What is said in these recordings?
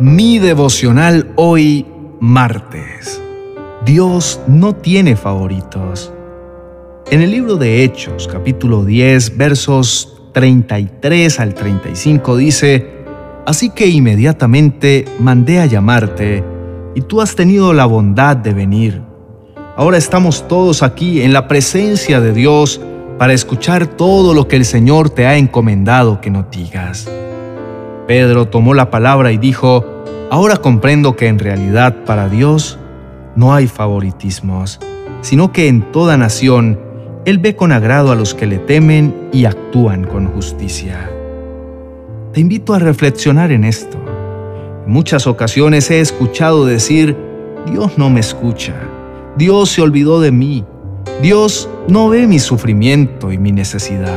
Mi devocional hoy, martes. Dios no tiene favoritos. En el libro de Hechos, capítulo 10, versos 33 al 35 dice: Así que inmediatamente mandé a llamarte, y tú has tenido la bondad de venir. Ahora estamos todos aquí en la presencia de Dios para escuchar todo lo que el Señor te ha encomendado que nos digas. Pedro tomó la palabra y dijo: Ahora comprendo que en realidad para Dios no hay favoritismos, sino que en toda nación Él ve con agrado a los que le temen y actúan con justicia. Te invito a reflexionar en esto. En muchas ocasiones he escuchado decir: Dios no me escucha, Dios se olvidó de mí, Dios no ve mi sufrimiento y mi necesidad.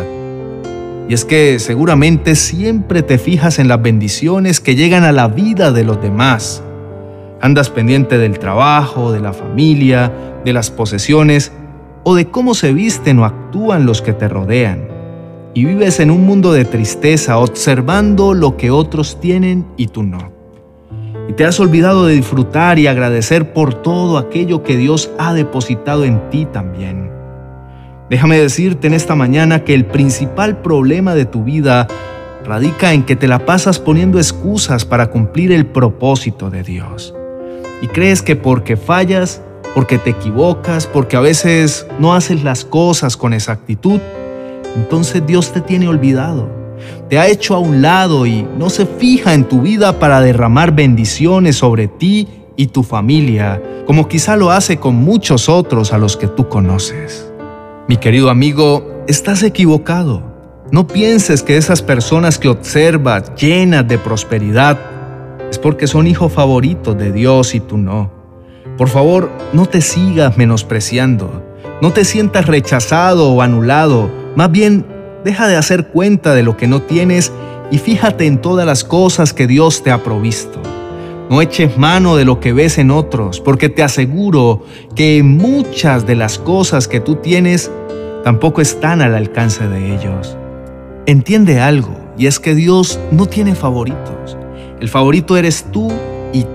Y es que seguramente siempre te fijas en las bendiciones que llegan a la vida de los demás. Andas pendiente del trabajo, de la familia, de las posesiones o de cómo se visten o actúan los que te rodean. Y vives en un mundo de tristeza observando lo que otros tienen y tú no. Y te has olvidado de disfrutar y agradecer por todo aquello que Dios ha depositado en ti también. Déjame decirte en esta mañana que el principal problema de tu vida radica en que te la pasas poniendo excusas para cumplir el propósito de Dios. Y crees que porque fallas, porque te equivocas, porque a veces no haces las cosas con exactitud, entonces Dios te tiene olvidado. Te ha hecho a un lado y no se fija en tu vida para derramar bendiciones sobre ti y tu familia, como quizá lo hace con muchos otros a los que tú conoces. Mi querido amigo, estás equivocado. No pienses que esas personas que observas llenas de prosperidad es porque son hijos favoritos de Dios y tú no. Por favor, no te sigas menospreciando. No te sientas rechazado o anulado. Más bien, deja de hacer cuenta de lo que no tienes y fíjate en todas las cosas que Dios te ha provisto. No eches mano de lo que ves en otros, porque te aseguro que muchas de las cosas que tú tienes tampoco están al alcance de ellos. Entiende algo, y es que Dios no tiene favoritos. El favorito eres tú y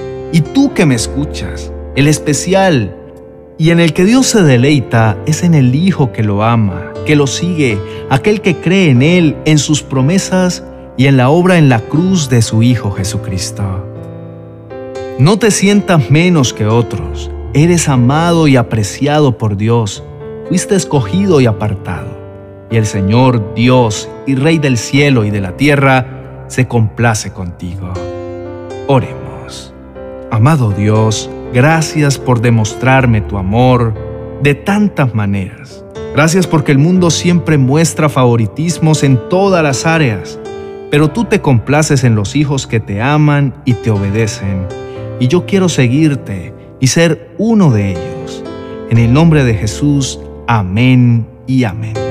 tú que me escuchas. El especial y en el que Dios se deleita es en el Hijo que lo ama, que lo sigue, aquel que cree en Él, en sus promesas y en la obra en la cruz de su Hijo Jesucristo. No te sientas menos que otros. Eres amado y apreciado por Dios. Fuiste escogido y apartado. Y el Señor, Dios y Rey del cielo y de la tierra, se complace contigo. Oremos. Amado Dios, gracias por demostrarme tu amor de tantas maneras. Gracias porque el mundo siempre muestra favoritismos en todas las áreas, pero tú te complaces en los hijos que te aman y te obedecen. Y yo quiero seguirte y ser uno de ellos. En el nombre de Jesús, amén y amén.